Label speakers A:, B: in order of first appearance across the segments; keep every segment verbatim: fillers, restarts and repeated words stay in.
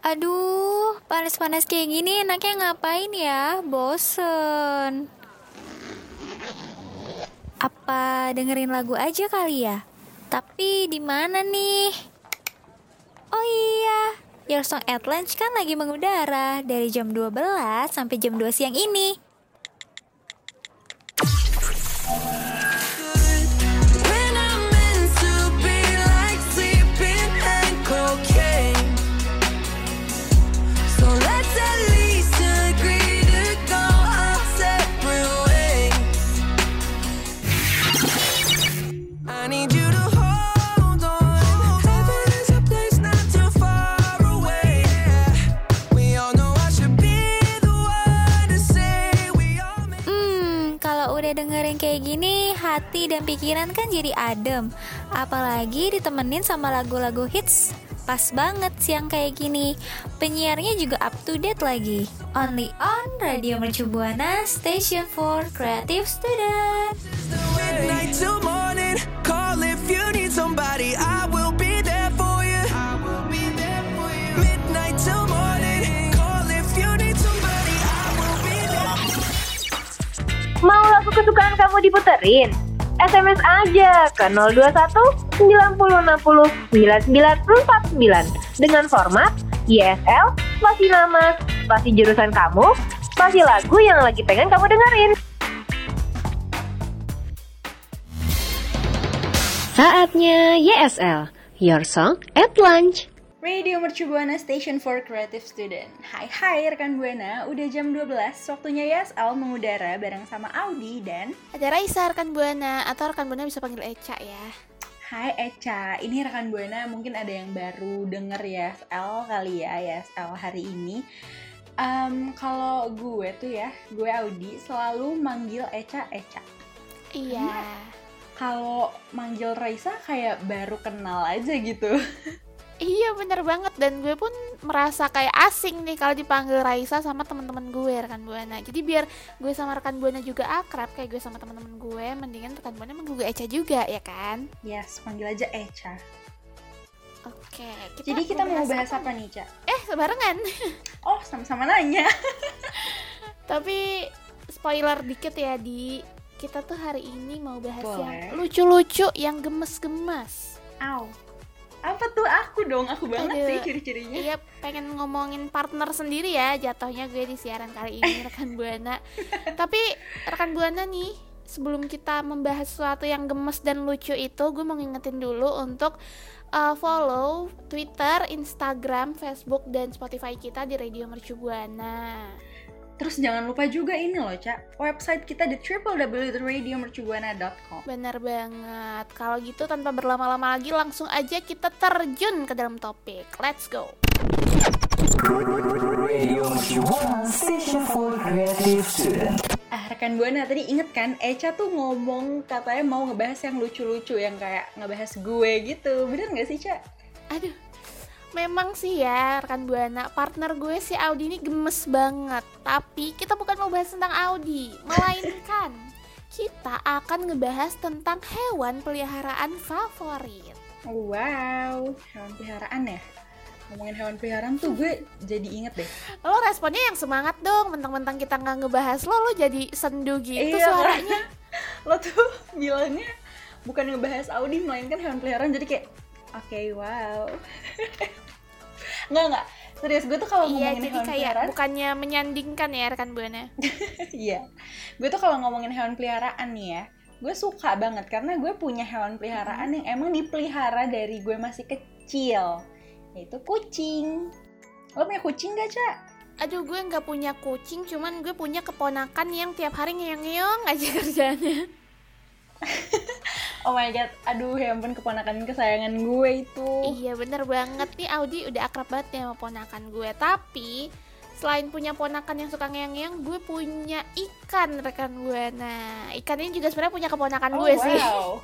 A: Aduh, panas-panas kayak gini enaknya ngapain ya? Bosen. Apa dengerin lagu aja kali ya? Tapi di mana nih? Oh iya, Your Song at Lunch kan lagi mengudara dari jam dua belas sampai jam dua siang ini.
B: When I'm meant to be like sleeping and cocaine. So let's at least agree to go our separate ways. I need you to hold on. Heaven is a place not too far away. We all know I should be the one to say we all make.
A: Hmm, kalau udah dengerin kayak gini, hati dan pikiran kan jadi adem. Apalagi ditemenin sama lagu-lagu hits. Pas banget siang kayak gini. Penyiarnya juga up to date lagi. Only on Radio Mercu Buana, Station for Creative Student.
B: Midnight till morning. Call if you need somebody. I will be there for you. I will be there for you. Midnight till morning. Call if you need somebody. I will be there.
C: Mau lagu kesukaan kamu diputerin? S M S aja ke nol dua satu sembilan nol enam nol sembilan sembilan empat sembilan dengan format Y S L, spasi nama, spasi jurusan kamu, spasi lagu yang lagi pengen kamu dengerin.
D: Saatnya Y S L, Your Song at Lunch.
E: Radio Mercu Buana Station for Creative Student. Hai hai rekan Buana, udah jam dua belas, waktunya Y S L mengudara bareng sama Audi dan
F: Ada Raisa rekan Buana, atau rekan Buana bisa panggil Eca ya.
E: Hai Eca. Ini rekan Buana mungkin ada yang baru denger Y S L kali ya, Y S L hari ini. Um, kalau gue tuh ya, gue Audi selalu manggil Eca Eca.
F: Iya.
E: Kalau manggil Raisa kayak baru kenal aja gitu.
F: Iya bener banget, dan gue pun merasa kayak asing nih kalau dipanggil Raisa sama teman-teman gue rekan Buana. Jadi biar gue sama rekan Buana juga akrab kayak gue sama teman-teman gue, mendingan rekan Buana manggil gue Eca juga ya kan?
E: Yes, panggil aja Eca.
F: Oke, kita
E: Jadi kita mau bahas apa nih, Ca?
F: Eh, barengan.
E: Oh, sama-sama nanya.
F: Tapi spoiler dikit ya, Di. Kita tuh hari ini mau bahas
E: Boleh.
F: yang lucu-lucu, yang gemes-gemes.
E: Aw. Apa tuh? Aku dong, aku banget
F: Aduh.
E: sih ciri-cirinya.
F: Iya, pengen ngomongin partner sendiri ya jatuhnya gue di siaran kali ini rekan Buana. Tapi rekan Buana nih, sebelum kita membahas sesuatu yang gemes dan lucu itu, gue mau ngingetin dulu untuk uh, follow Twitter, Instagram, Facebook, dan Spotify kita di Radio Mercu Buana.
E: Terus jangan lupa juga ini loh, Ca, website kita di w w w dot radio mercu buana dot com.
F: Bener banget. Kalau gitu tanpa berlama-lama lagi, langsung aja kita terjun ke dalam topik. Let's go.
G: Radio Mercu Buana Station for Creative Student.
E: Ah, rekan Buana tadi inget kan, Eca tuh ngomong katanya mau ngebahas yang lucu-lucu, yang kayak ngebahas gue gitu. Bener gak sih, Ca?
F: Aduh, memang sih ya rekan Buana, partner gue si Audi ini gemes banget. Tapi kita bukan mau bahas tentang Audi, melainkan kita akan ngebahas tentang hewan peliharaan favorit.
E: Wow, hewan peliharaan ya? Ngomongin hewan peliharaan tuh gue jadi inget deh.
F: Lo responnya yang semangat dong, mentang-mentang kita nggak ngebahas lo, lo jadi sendu gitu
E: Iya,
F: suaranya.
E: Lo tuh bilangnya bukan ngebahas Audi, melainkan hewan peliharaan, jadi kayak oke, okay, wow. Nggak, nggak. Serius, gue tuh kalau
F: Iya,
E: ngomongin
F: jadi
E: hewan
F: kayak
E: peliharaan,
F: bukannya menyandingkan ya rekan Buana.
E: iya. Gue tuh kalau ngomongin hewan peliharaan nih ya, gue suka banget karena gue punya hewan peliharaan yang emang dipelihara dari gue masih kecil, yaitu kucing. Lo punya kucing gak, Ca?
F: Aduh, gue nggak punya kucing, cuman gue punya keponakan yang tiap hari ngeyong-ngeyong aja kerjanya.
E: Oh my god, aduh ya ampun, keponakan kesayangan gue itu.
F: Iya bener banget nih, Audi udah akrab banget ya sama ponakan gue. Tapi selain punya ponakan yang suka ngeyang-ngeyang, gue punya ikan rekan gue. Nah, ikan ini juga sebenarnya punya keponakan
E: Oh
F: gue sih.
E: wow.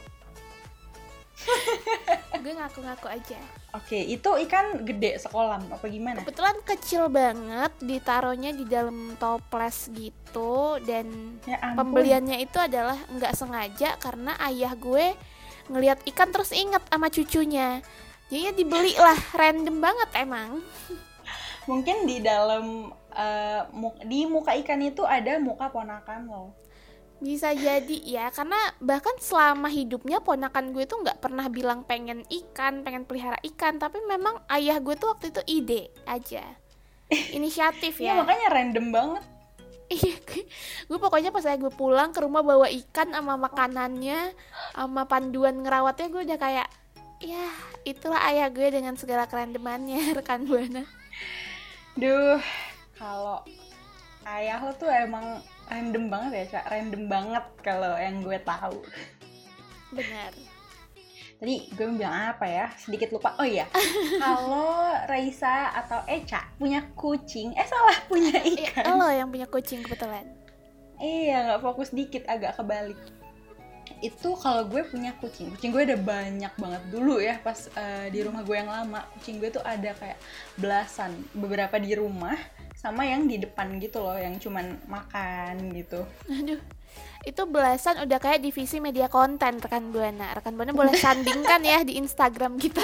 F: Gue ngaku-ngaku aja.
E: Oke, itu ikan gede sekolah apa gimana?
F: Kebetulan kecil banget, ditaruhnya di dalam toples gitu. Dan
E: Ya ampun.
F: pembeliannya itu adalah nggak sengaja karena ayah gue ngelihat ikan terus inget sama cucunya. Jadinya dibeli lah, random banget emang.
E: Mungkin di dalam uh, mu- di muka ikan itu ada muka ponakan lo.
F: Bisa jadi ya, karena bahkan selama hidupnya ponakan gue tuh nggak pernah bilang pengen ikan, pengen pelihara ikan, tapi memang ayah gue tuh waktu itu ide aja, inisiatif
E: Ya
F: ya.
E: makanya random banget.
F: Iya, gue, gue pokoknya pas saya gue pulang ke rumah bawa ikan sama makanannya, sama panduan ngerawatnya, gue udah kayak, ya itulah ayah gue dengan segala kerandemannya, rekan Buana.
E: Duh, kalau ayah lo tuh emang random banget ya, Cak. Random banget kalau yang gue tahu.
F: Benar.
E: Tadi gue mau bilang apa ya? Sedikit lupa. Oh iya, kalau Raisa atau Eca punya kucing, eh salah, punya
F: Iya,
E: ikan.
F: lo yang punya kucing kebetulan.
E: Iya, nggak fokus dikit, agak kebalik. Itu kalau gue punya kucing, kucing gue ada banyak banget dulu ya pas uh, di rumah gue yang lama. Kucing gue tuh ada kayak belasan, beberapa di rumah sama yang di depan gitu loh, yang cuman makan gitu.
F: Aduh, itu belasan udah kayak divisi media konten rekan Buana. Rekan Buana boleh sandingkan ya di Instagram kita.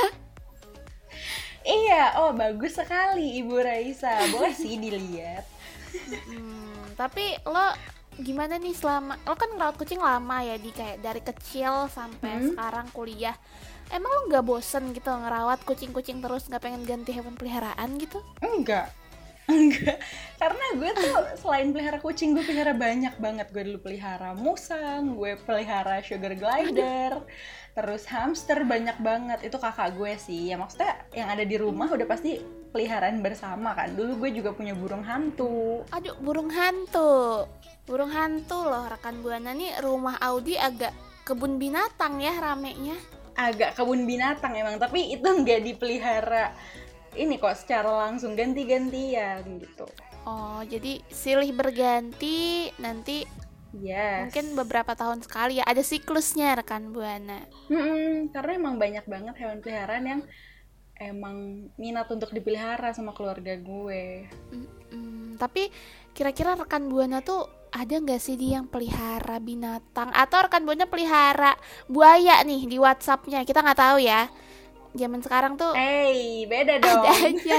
E: Iya, oh bagus sekali Ibu Raisa, boleh sih dilihat.
F: Hmm, tapi lo gimana nih selama lo kan ngerawat kucing lama ya, di kayak dari kecil sampai
E: Hmm.
F: sekarang kuliah. Emang lo nggak bosen gitu ngerawat kucing-kucing terus, nggak pengen ganti hewan peliharaan gitu?
E: Enggak, enggak. Karena gue tuh selain pelihara kucing, gue pelihara banyak banget. Gue dulu pelihara musang, gue pelihara sugar glider, terus hamster banyak banget. Itu kakak gue sih. Ya maksudnya yang ada di rumah udah pasti peliharaan bersama kan. Dulu gue juga punya burung hantu.
F: Aduh, burung hantu. Burung hantu loh rekan Buana, nih rumah Audi agak kebun binatang ya ramenya.
E: Agak kebun binatang emang, tapi itu nggak dipelihara ini kok secara langsung, ganti-gantian gitu.
F: Oh, jadi silih berganti, nanti
E: Yes.
F: mungkin beberapa tahun sekali ya, ada siklusnya rekan Buana.
E: Mm-mm, karena emang banyak banget hewan peliharaan yang emang minat untuk dipelihara sama keluarga gue.
F: Mm-mm, tapi kira-kira rekan Buana tuh ada nggak sih dia yang pelihara binatang, atau rekan Buana pelihara buaya nih di WhatsAppnya? Kita nggak tahu ya. Zaman sekarang tuh
E: Eh, beda
F: ada
E: dong.
F: aja.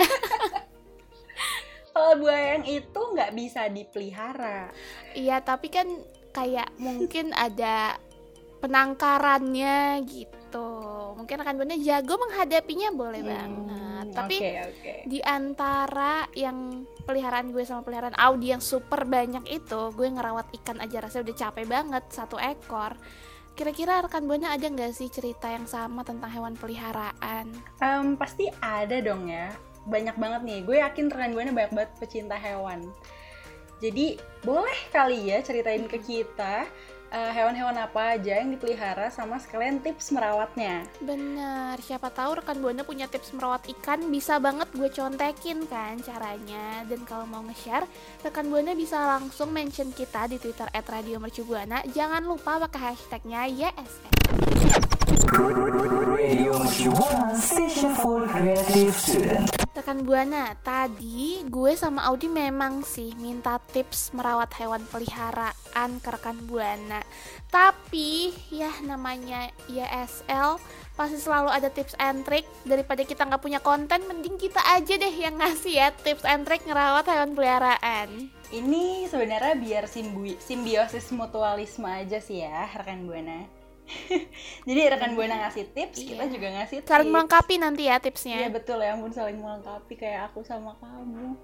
E: Kalau buaya yang itu nggak bisa dipelihara.
F: Iya, tapi kan kayak mungkin ada penangkarannya gitu. Mungkin rekan Buana jago menghadapinya, boleh banget. Tapi
E: Oke, oke.
F: di antara yang peliharaan gue sama peliharaan Audi yang super banyak itu, gue ngerawat ikan aja rasanya udah capek banget satu ekor. Kira-kira rekan Buana ada nggak sih cerita yang sama tentang hewan peliharaan?
E: Em, pasti ada dong ya. Banyak banget nih. Gue yakin rekan Buana banyak banget pecinta hewan. Jadi boleh kali ya ceritain ke kita eh, hewan-hewan apa aja yang dipelihara sama sekalian tips merawatnya.
F: Bener, siapa tahu rekan Buana punya tips merawat ikan, bisa banget gue contekin kan caranya. Dan kalau mau nge-share, rekan Buana bisa langsung mention kita di Twitter at radio mercubuana. Jangan lupa pakai hashtagnya Y S N.
G: Radio Mercubuana, station for creative student.
F: Rekan Buana, tadi gue sama Audi memang sih minta tips merawat hewan peliharaan ke rekan Buana. Tapi ya namanya Y S L pasti selalu ada tips and trick. Daripada kita nggak punya konten, mending kita aja deh yang ngasih ya tips and trick ngerawat hewan peliharaan.
E: Ini sebenarnya biar simbi- simbiosis mutualisme aja sih ya rekan Buana. Jadi rekan Buana ngasih tips,
F: Iya.
E: kita juga ngasih tips.
F: Saling melengkapi nanti ya tipsnya.
E: Iya betul ya ampun, saling melengkapi kayak aku sama kamu.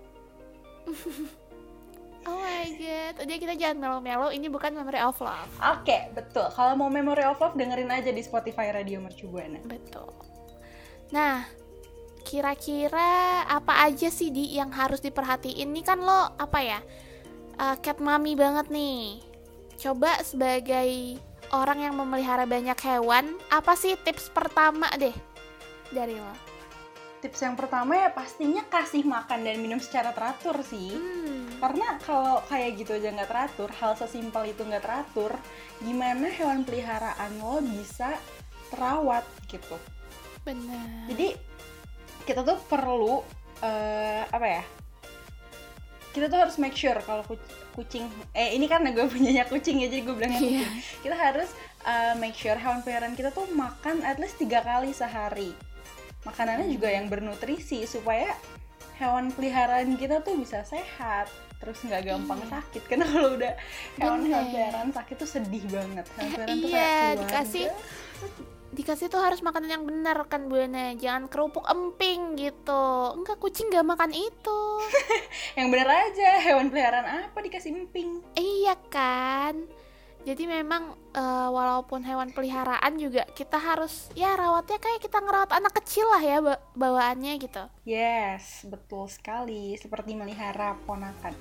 F: Oh my god, udah kita jangan melo-melo, ini bukan Memory of Love.
E: Oke, betul. Kalau mau Memory of Love dengerin aja di Spotify Radio Mercubuana.
F: Betul. Nah, kira-kira apa aja sih Di yang harus diperhatiin? Ini kan lo apa ya, uh, cat mommy banget nih. Coba sebagai orang yang memelihara banyak hewan, apa sih tips pertama deh dari lo?
E: Tips yang pertama ya pastinya kasih makan dan minum secara teratur sih.
F: Hmm,
E: Karena kalau kayak gitu aja nggak teratur, hal sesimpel itu nggak teratur, gimana hewan peliharaan lo bisa terawat gitu.
F: benar.
E: Jadi kita tuh perlu eh, apa ya? Kita tuh harus make sure kalau kuc- kucing, eh ini karena gue punyanya kucing ya, jadi gue bilangnya
F: Iya.
E: kucing. Kita harus eh, make sure hewan peliharaan kita tuh makan at least tiga kali sehari. Makanannya juga yang bernutrisi supaya hewan peliharaan kita tuh bisa sehat, terus nggak gampang sakit. Karena kalau udah hewan-hewan peliharaan sakit tuh sedih banget. Hewan peliharaan tuh kayak
F: Iya,
E: keluarga.
F: dikasih dikasih tuh harus makanan yang benar kan Buana, jangan kerupuk emping gitu. Enggak, kucing nggak makan itu.
E: Yang bener aja, hewan peliharaan apa dikasih emping?
F: Iya kan. Jadi memang uh, walaupun hewan peliharaan juga kita harus ya rawatnya kayak kita ngerawat anak kecil lah ya ba- bawaannya gitu.
E: Yes, betul sekali. Seperti melihara ponakan.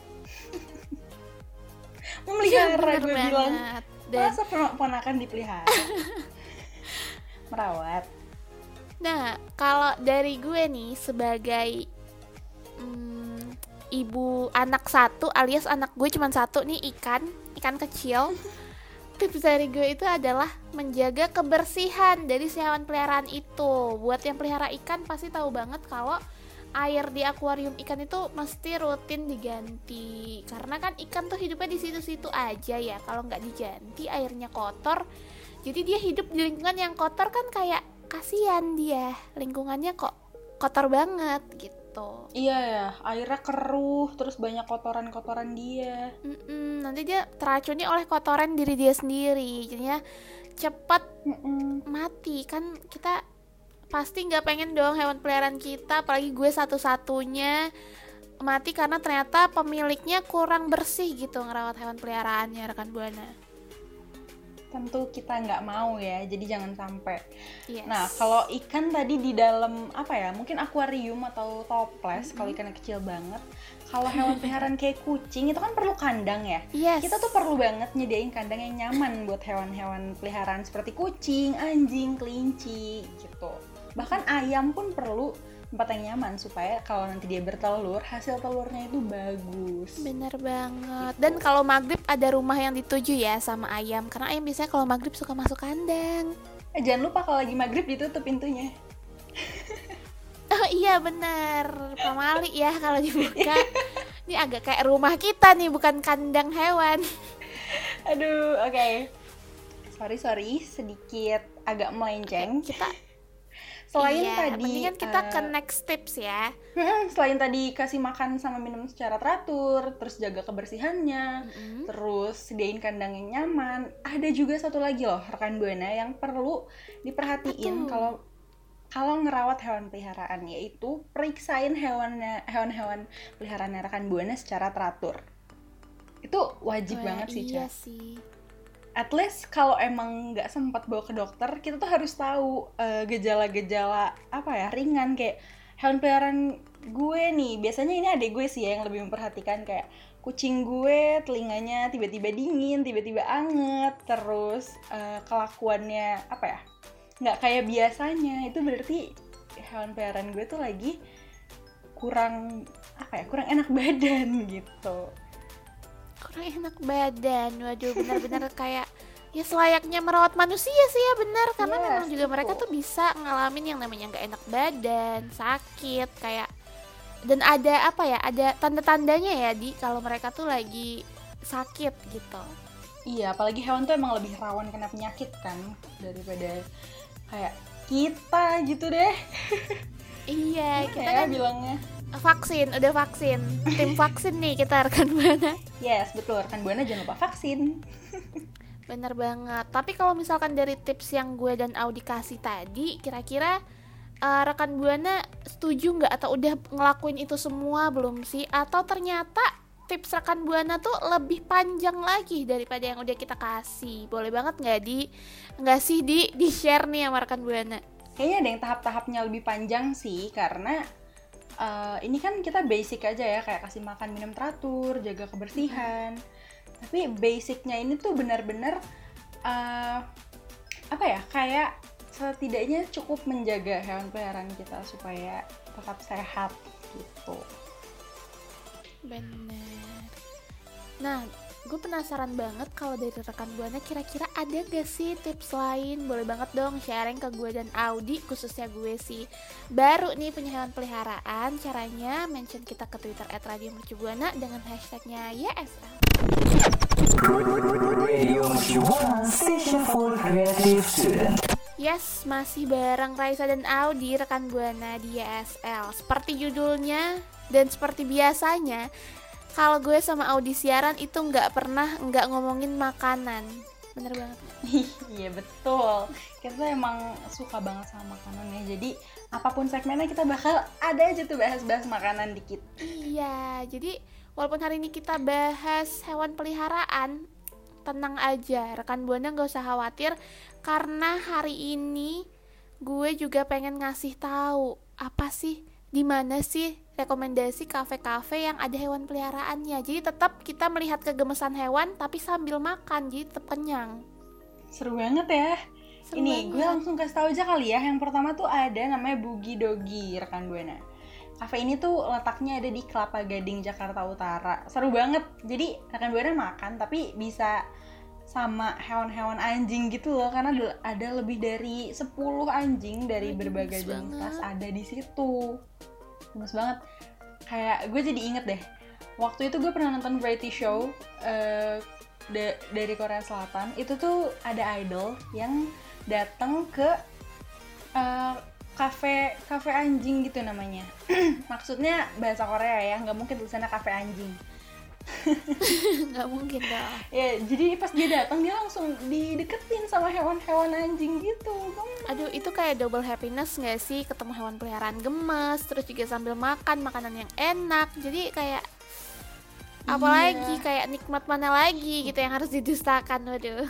E: Memelihara,
F: Bener
E: gue
F: banget.
E: bilang.
F: Dan
E: Masa pon- ponakan dipelihara? Merawat.
F: nah, kalau dari gue nih sebagai mm, ibu anak satu alias anak gue cuma satu nih, ikan, ikan kecil. Tips dari gue itu adalah menjaga kebersihan dari si hewan peliharaan itu. Buat yang pelihara ikan pasti tahu banget kalau air di akuarium ikan itu mesti rutin diganti. Karena kan ikan tuh hidupnya di situ-situ aja ya. Kalau nggak diganti airnya kotor. Jadi dia hidup di lingkungan yang kotor kan kayak kasihan dia. Lingkungannya kok kotor banget gitu.
E: Iya ya, airnya keruh, terus banyak kotoran-kotoran dia.
F: Mm-mm, nanti dia teracuni oleh kotoran diri dia sendiri. Jadinya cepet
E: Mm-mm.
F: mati. Kan kita pasti nggak pengen dong hewan peliharaan kita, apalagi gue satu-satunya, mati karena ternyata pemiliknya kurang bersih gitu ngerawat hewan peliharaannya, rekan Buana.
E: Tentu kita nggak mau ya, jadi jangan sampai.
F: Yes.
E: Nah, kalau ikan tadi di dalam apa ya, mungkin akuarium atau toples, kalau ikannya kecil banget. Kalau hewan peliharaan kayak kucing itu kan perlu kandang ya.
F: Yes.
E: Kita tuh perlu banget nyediain kandang yang nyaman buat hewan-hewan peliharaan seperti kucing, anjing, kelinci gitu. Bahkan ayam pun perlu tempat yang nyaman supaya kalau nanti dia bertelur, hasil telurnya itu bagus.
F: Bener banget. Dan kalau maghrib ada rumah yang dituju ya sama ayam, karena ayam biasanya kalau maghrib suka masuk kandang.
E: Eh, jangan lupa kalau lagi maghrib ditutup pintunya.
F: Oh iya bener, pamali ya kalau dibuka. Ini agak kayak rumah kita nih, bukan kandang hewan.
E: Aduh, oke. Okay. Sorry, sorry, sedikit agak melenceng.
F: Kita
E: Selain
F: iya,
E: tadi,
F: mendingan kita
E: uh,
F: ke next tips ya.
E: hmm, selain tadi kasih makan sama minum secara teratur, terus jaga kebersihannya,
F: Mm-mm.
E: terus sediain kandang yang nyaman, ada juga satu lagi loh rekan Buana yang perlu diperhatiin
F: Apa tuh?
E: kalau kalau ngerawat hewan peliharaan, yaitu periksain hewannya hewan-hewan peliharaan rekan Buana secara teratur. Itu wajib
F: Wah,
E: banget sih,
F: iya
E: Ca.
F: sih.
E: At least kalau emang nggak sempat bawa ke dokter, kita tuh harus tahu uh, gejala-gejala apa ya ringan kayak hewan peliharaan gue nih. Biasanya ini adek gue sih ya yang lebih memperhatikan, kayak kucing gue telinganya tiba-tiba dingin, tiba-tiba anget, terus uh, kelakuannya apa ya nggak kayak biasanya. Itu berarti hewan peliharaan gue tuh lagi kurang apa ya kurang enak badan gitu.
F: Kurang enak badan. Waduh, benar-benar kayak ya selayaknya merawat manusia sih ya, benar. Karena
E: Yes,
F: memang juga mereka
E: betul.
F: tuh bisa ngalamin yang namanya nggak enak badan, sakit kayak, dan ada apa ya, ada tanda-tandanya ya di kalau mereka tuh lagi sakit gitu.
E: Iya, apalagi hewan tuh emang lebih rawan kena penyakit kan daripada kayak kita gitu deh.
F: Iya,
E: Gimana
F: kita
E: ya
F: kan
E: bilangnya.
F: vaksin, udah vaksin, tim vaksin nih kita rekan Buana.
E: Yes, betul. Rekan Buana jangan lupa vaksin.
F: Bener banget. Tapi kalau misalkan dari tips yang gue dan Audi kasih tadi, kira-kira uh, rekan Buana setuju nggak atau udah ngelakuin itu semua belum sih? Atau ternyata tips rekan Buana tuh lebih panjang lagi daripada yang udah kita kasih? Boleh banget nggak di nggak sih di di share nih sama rekan Buana?
E: Kayaknya ada yang tahap-tahapnya lebih panjang sih, karena uh, ini kan kita basic aja ya, kayak kasih makan minum teratur, jaga kebersihan. Tapi basicnya ini tuh benar-benar uh, apa ya, kayak setidaknya cukup menjaga hewan peliharaan kita supaya tetap sehat gitu.
F: Bener. Nah, gue penasaran banget kalau dari rekan Buana kira-kira ada gak sih tips lain? Boleh banget dong sharing ke gue dan Audi, khususnya gue sih baru nih punya hewan peliharaan. Caranya mention kita ke Twitter at radio mercubuana dengan hashtagnya Y S L.
G: Radio Mercubuana, station for creative student.
F: Yes, masih bareng Raisa dan Audi, rekan Buana di Y S L. Seperti judulnya dan seperti biasanya, kalau gue sama Audi siaran itu nggak pernah nggak ngomongin makanan. Bener banget.
E: Iya betul. Kita emang suka banget sama makanan ya. Jadi apapun segmennya kita bakal ada aja tuh bahas-bahas makanan dikit.
F: Iya, jadi walaupun hari ini kita bahas hewan peliharaan, tenang aja, rekan Buana nggak usah khawatir, karena hari ini gue juga pengen ngasih tahu apa sih, di mana sih rekomendasi kafe-kafe yang ada hewan peliharaannya. Jadi tetap kita melihat kegemesan hewan tapi sambil makan, jadi tetap kenyang.
E: Seru banget ya.
F: Seru
E: Ini
F: banget.
E: gue langsung kasih tahu aja kali ya. Yang pertama tuh ada namanya Boogie Doggy, rekan Buana. Kafe ini tuh letaknya ada di Kelapa Gading, Jakarta Utara. Seru banget. Jadi rekan Buana makan tapi bisa sama hewan-hewan anjing gitu loh, karena ada lebih dari sepuluh anjing dari
F: Aduh,
E: berbagai
F: gemes
E: jenis
F: banget.
E: ras ada di situ. Gemes banget. Kayak gue jadi inget deh. Waktu itu gue pernah nonton variety show eh, da- dari Korea Selatan. Itu tuh ada idol yang datang ke eh, kafe kafe anjing gitu namanya. Maksudnya bahasa Korea ya, nggak mungkin tulisannya kafe anjing.
F: Nggak mungkin dong.
E: Ya, jadi pas dia datang dia langsung dideketin sama hewan-hewan anjing gitu. Gemes.
F: Aduh, itu kayak double happiness nggak sih, ketemu hewan peliharaan gemes, terus juga sambil makan makanan yang enak. Jadi kayak apalagi
E: Iya.
F: kayak nikmat mana lagi gitu yang harus didustakan. Waduh.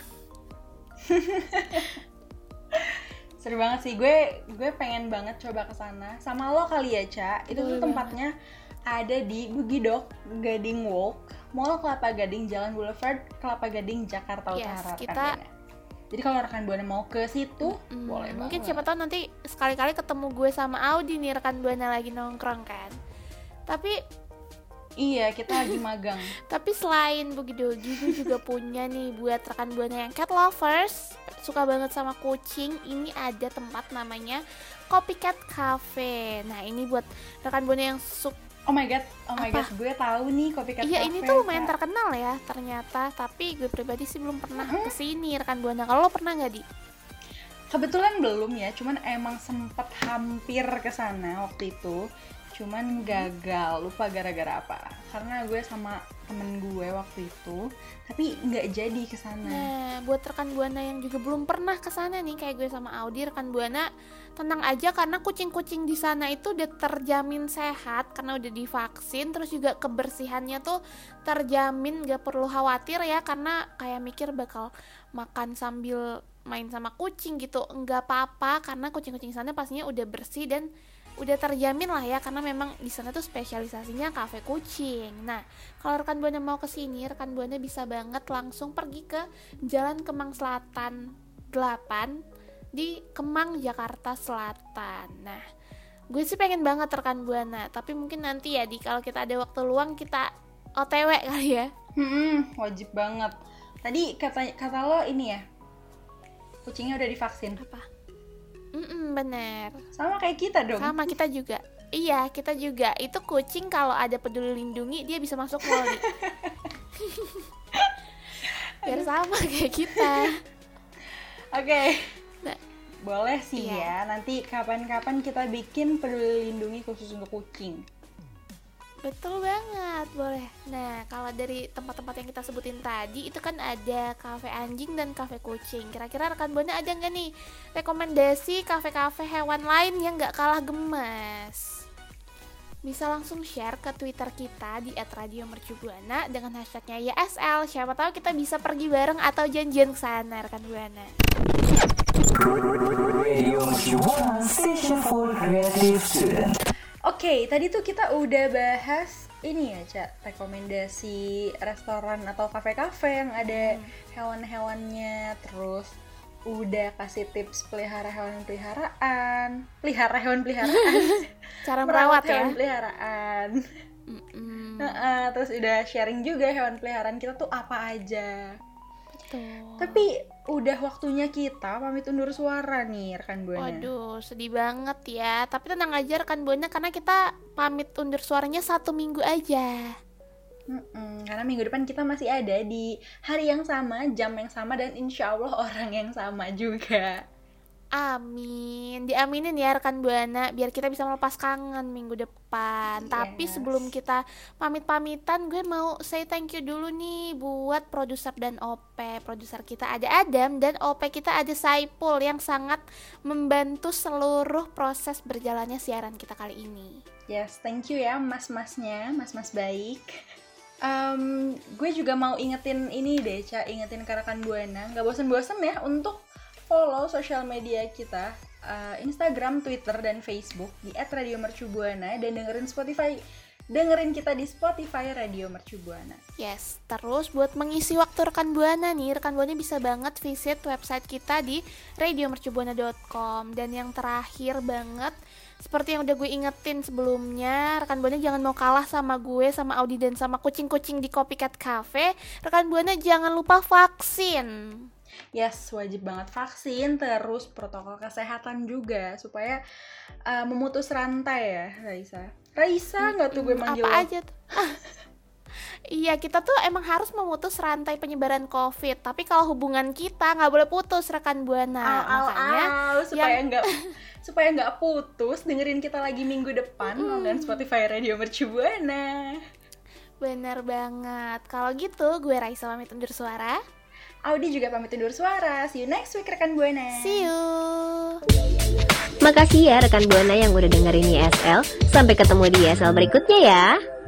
E: Seru banget sih, gue gue pengen banget coba ke sana. Sama lo kali ya, Ca. Itu tuh
F: Boleh
E: tempatnya ada di Boogie Dog Gading Walk, Mall Kelapa Gading, Jalan Boulevard, Kelapa Gading, Jakarta
F: Yes,
E: Utara. rekan
F: kita-
E: Buana. Jadi kalau rekan Buana mau ke situ,
F: Hmm,
E: boleh
F: mungkin
E: banget.
F: siapa tahu nanti sekali-kali ketemu gue sama Audi nih, rekan Buana lagi nongkrong kan. Tapi
E: Iya, kita lagi magang.
F: Tapi selain Boogie Doggy, gue juga punya nih buat rekan Buana yang cat lovers, suka banget sama kucing. Ini ada tempat namanya Copycat Cafe. Nah, ini buat rekan Buana yang suka.
E: Oh my god, oh my
F: Apa?
E: god, gue tahu nih Copycat
F: Iya,
E: Cafe.
F: ini tuh lumayan
E: Ca.
F: terkenal ya ternyata. Tapi gue pribadi sih belum pernah kesini, rekan Buana. Kalau lo pernah nggak, Di?
E: Kebetulan belum ya, cuman emang sempet hampir ke sana waktu itu. Cuman gagal, lupa gara-gara apa. Karena gue sama temen gue waktu itu, tapi nggak jadi ke sana.
F: Nah, buat rekan Buana yang juga belum pernah ke sana nih, kayak gue sama Audi, rekan Buana tenang aja karena kucing-kucing di sana itu udah terjamin sehat karena udah divaksin, terus juga kebersihannya tuh terjamin, gak perlu khawatir ya, karena kayak mikir bakal makan sambil main sama kucing gitu, enggak apa-apa karena kucing-kucing sana pastinya udah bersih dan udah terjamin lah ya, karena memang di sana tuh spesialisasinya kafe kucing. Nah, kalau rekan Buana mau kesini, rekan Buana bisa banget langsung pergi ke Jalan Kemang Selatan delapan di Kemang, Jakarta Selatan. Nah, gue sih pengen banget rekan Buana, tapi mungkin nanti ya di kalau kita ada waktu luang kita O T W kali ya.
E: Hmm, wajib banget. Tadi kata kata lo ini ya, kucingnya udah divaksin.
F: Apa? Mm bener.
E: Sama kayak kita dong.
F: Sama kita juga. Iya, kita juga. Itu kucing kalau ada Peduli Lindungi dia bisa masuk mall nih. Biar sama kayak kita.
E: Oke.
F: Nah,
E: Boleh sih
F: iya.
E: ya. Nanti kapan-kapan kita bikin Peduli Lindungi khusus untuk kucing.
F: betul banget, boleh. Nah, kalau dari tempat-tempat yang kita sebutin tadi itu kan ada kafe anjing dan kafe kucing. Kira-kira rekan Buana ada nggak nih rekomendasi kafe-kafe hewan lain yang nggak kalah gemes? Bisa langsung share ke Twitter kita di et radio mercubuana dengan hashtagnya Y S L. Siapa tahu kita bisa pergi bareng atau janjian ke sana, rekan Buana.
G: Radio Mercubuana, station for creative student.
E: Oke, tadi tuh kita udah bahas ini ya, Ca, rekomendasi restoran atau kafe-kafe yang ada hewan-hewannya, terus udah kasih tips pelihara hewan peliharaan, pelihara hewan peliharaan,
F: Cara merawat ya.
E: hewan peliharaan.
F: Mm-mm,
E: Heeh, terus udah sharing juga hewan peliharaan kita tuh apa aja.
F: betul.
E: Tapi udah waktunya kita pamit undur suara nih, rekan Buana.
F: Waduh, sedih banget ya. Tapi tenang aja rekan Buana, karena kita pamit undur suaranya satu minggu aja.
E: Mm-mm, karena minggu depan kita masih ada di hari yang sama, jam yang sama, dan insya Allah orang yang sama juga.
F: Amin, diaminin ya rekan Buana biar kita bisa melepas kangen minggu depan.
E: Yes.
F: Tapi sebelum kita pamit-pamitan, gue mau say thank you dulu nih buat produser dan O P. Produser kita ada Adam dan O P kita ada Saipul yang sangat membantu seluruh proses berjalannya siaran kita kali ini.
E: Yes, thank you ya mas-masnya, mas-mas baik. Um, gue juga mau ingetin ini deh, Ca, ingetin ke rekan Buana, nggak bosen-bosen ya untuk follow sosial media kita, uh, Instagram, Twitter, dan Facebook di et radio mercubuana dan dengerin Spotify, dengerin kita di Spotify Radio Mercubuana.
F: Yes, terus buat mengisi waktu rekan Buana nih, rekan Buana bisa banget visit website kita di radio mercubuana dot com. Dan yang terakhir banget, seperti yang udah gue ingetin sebelumnya, rekan Buana jangan mau kalah sama gue, sama Audi, dan sama kucing-kucing di Copycat Cafe. Rekan Buana jangan lupa vaksin.
E: Yes, wajib banget vaksin, terus protokol kesehatan juga supaya uh, memutus rantai ya, Raisa. Raisa nggak tuh gue manggil
F: apa aja tuh? Iya, kita tuh emang harus memutus rantai penyebaran COVID. Tapi kalau hubungan kita nggak boleh putus, rekan Buana.
E: Au, au,
F: Makanya
E: au, supaya
F: yang...
E: nggak supaya nggak putus, dengerin kita lagi minggu depan
F: Mm.
E: dan Spotify Radio Mercubuana.
F: Bener banget. Kalau gitu, gue Raisa pamit undur suara.
E: Audi juga pamit undur suara. See you next week rekan Buana.
F: See you.
D: Makasih ya rekan Buana yang udah dengerin Y S L. Sampai ketemu di Y S L berikutnya ya.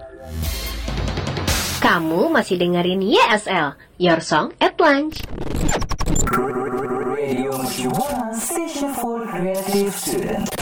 D: Kamu masih dengerin Y S L, Your Song at Lunch.
G: Radio Mercubuana, station for creative student.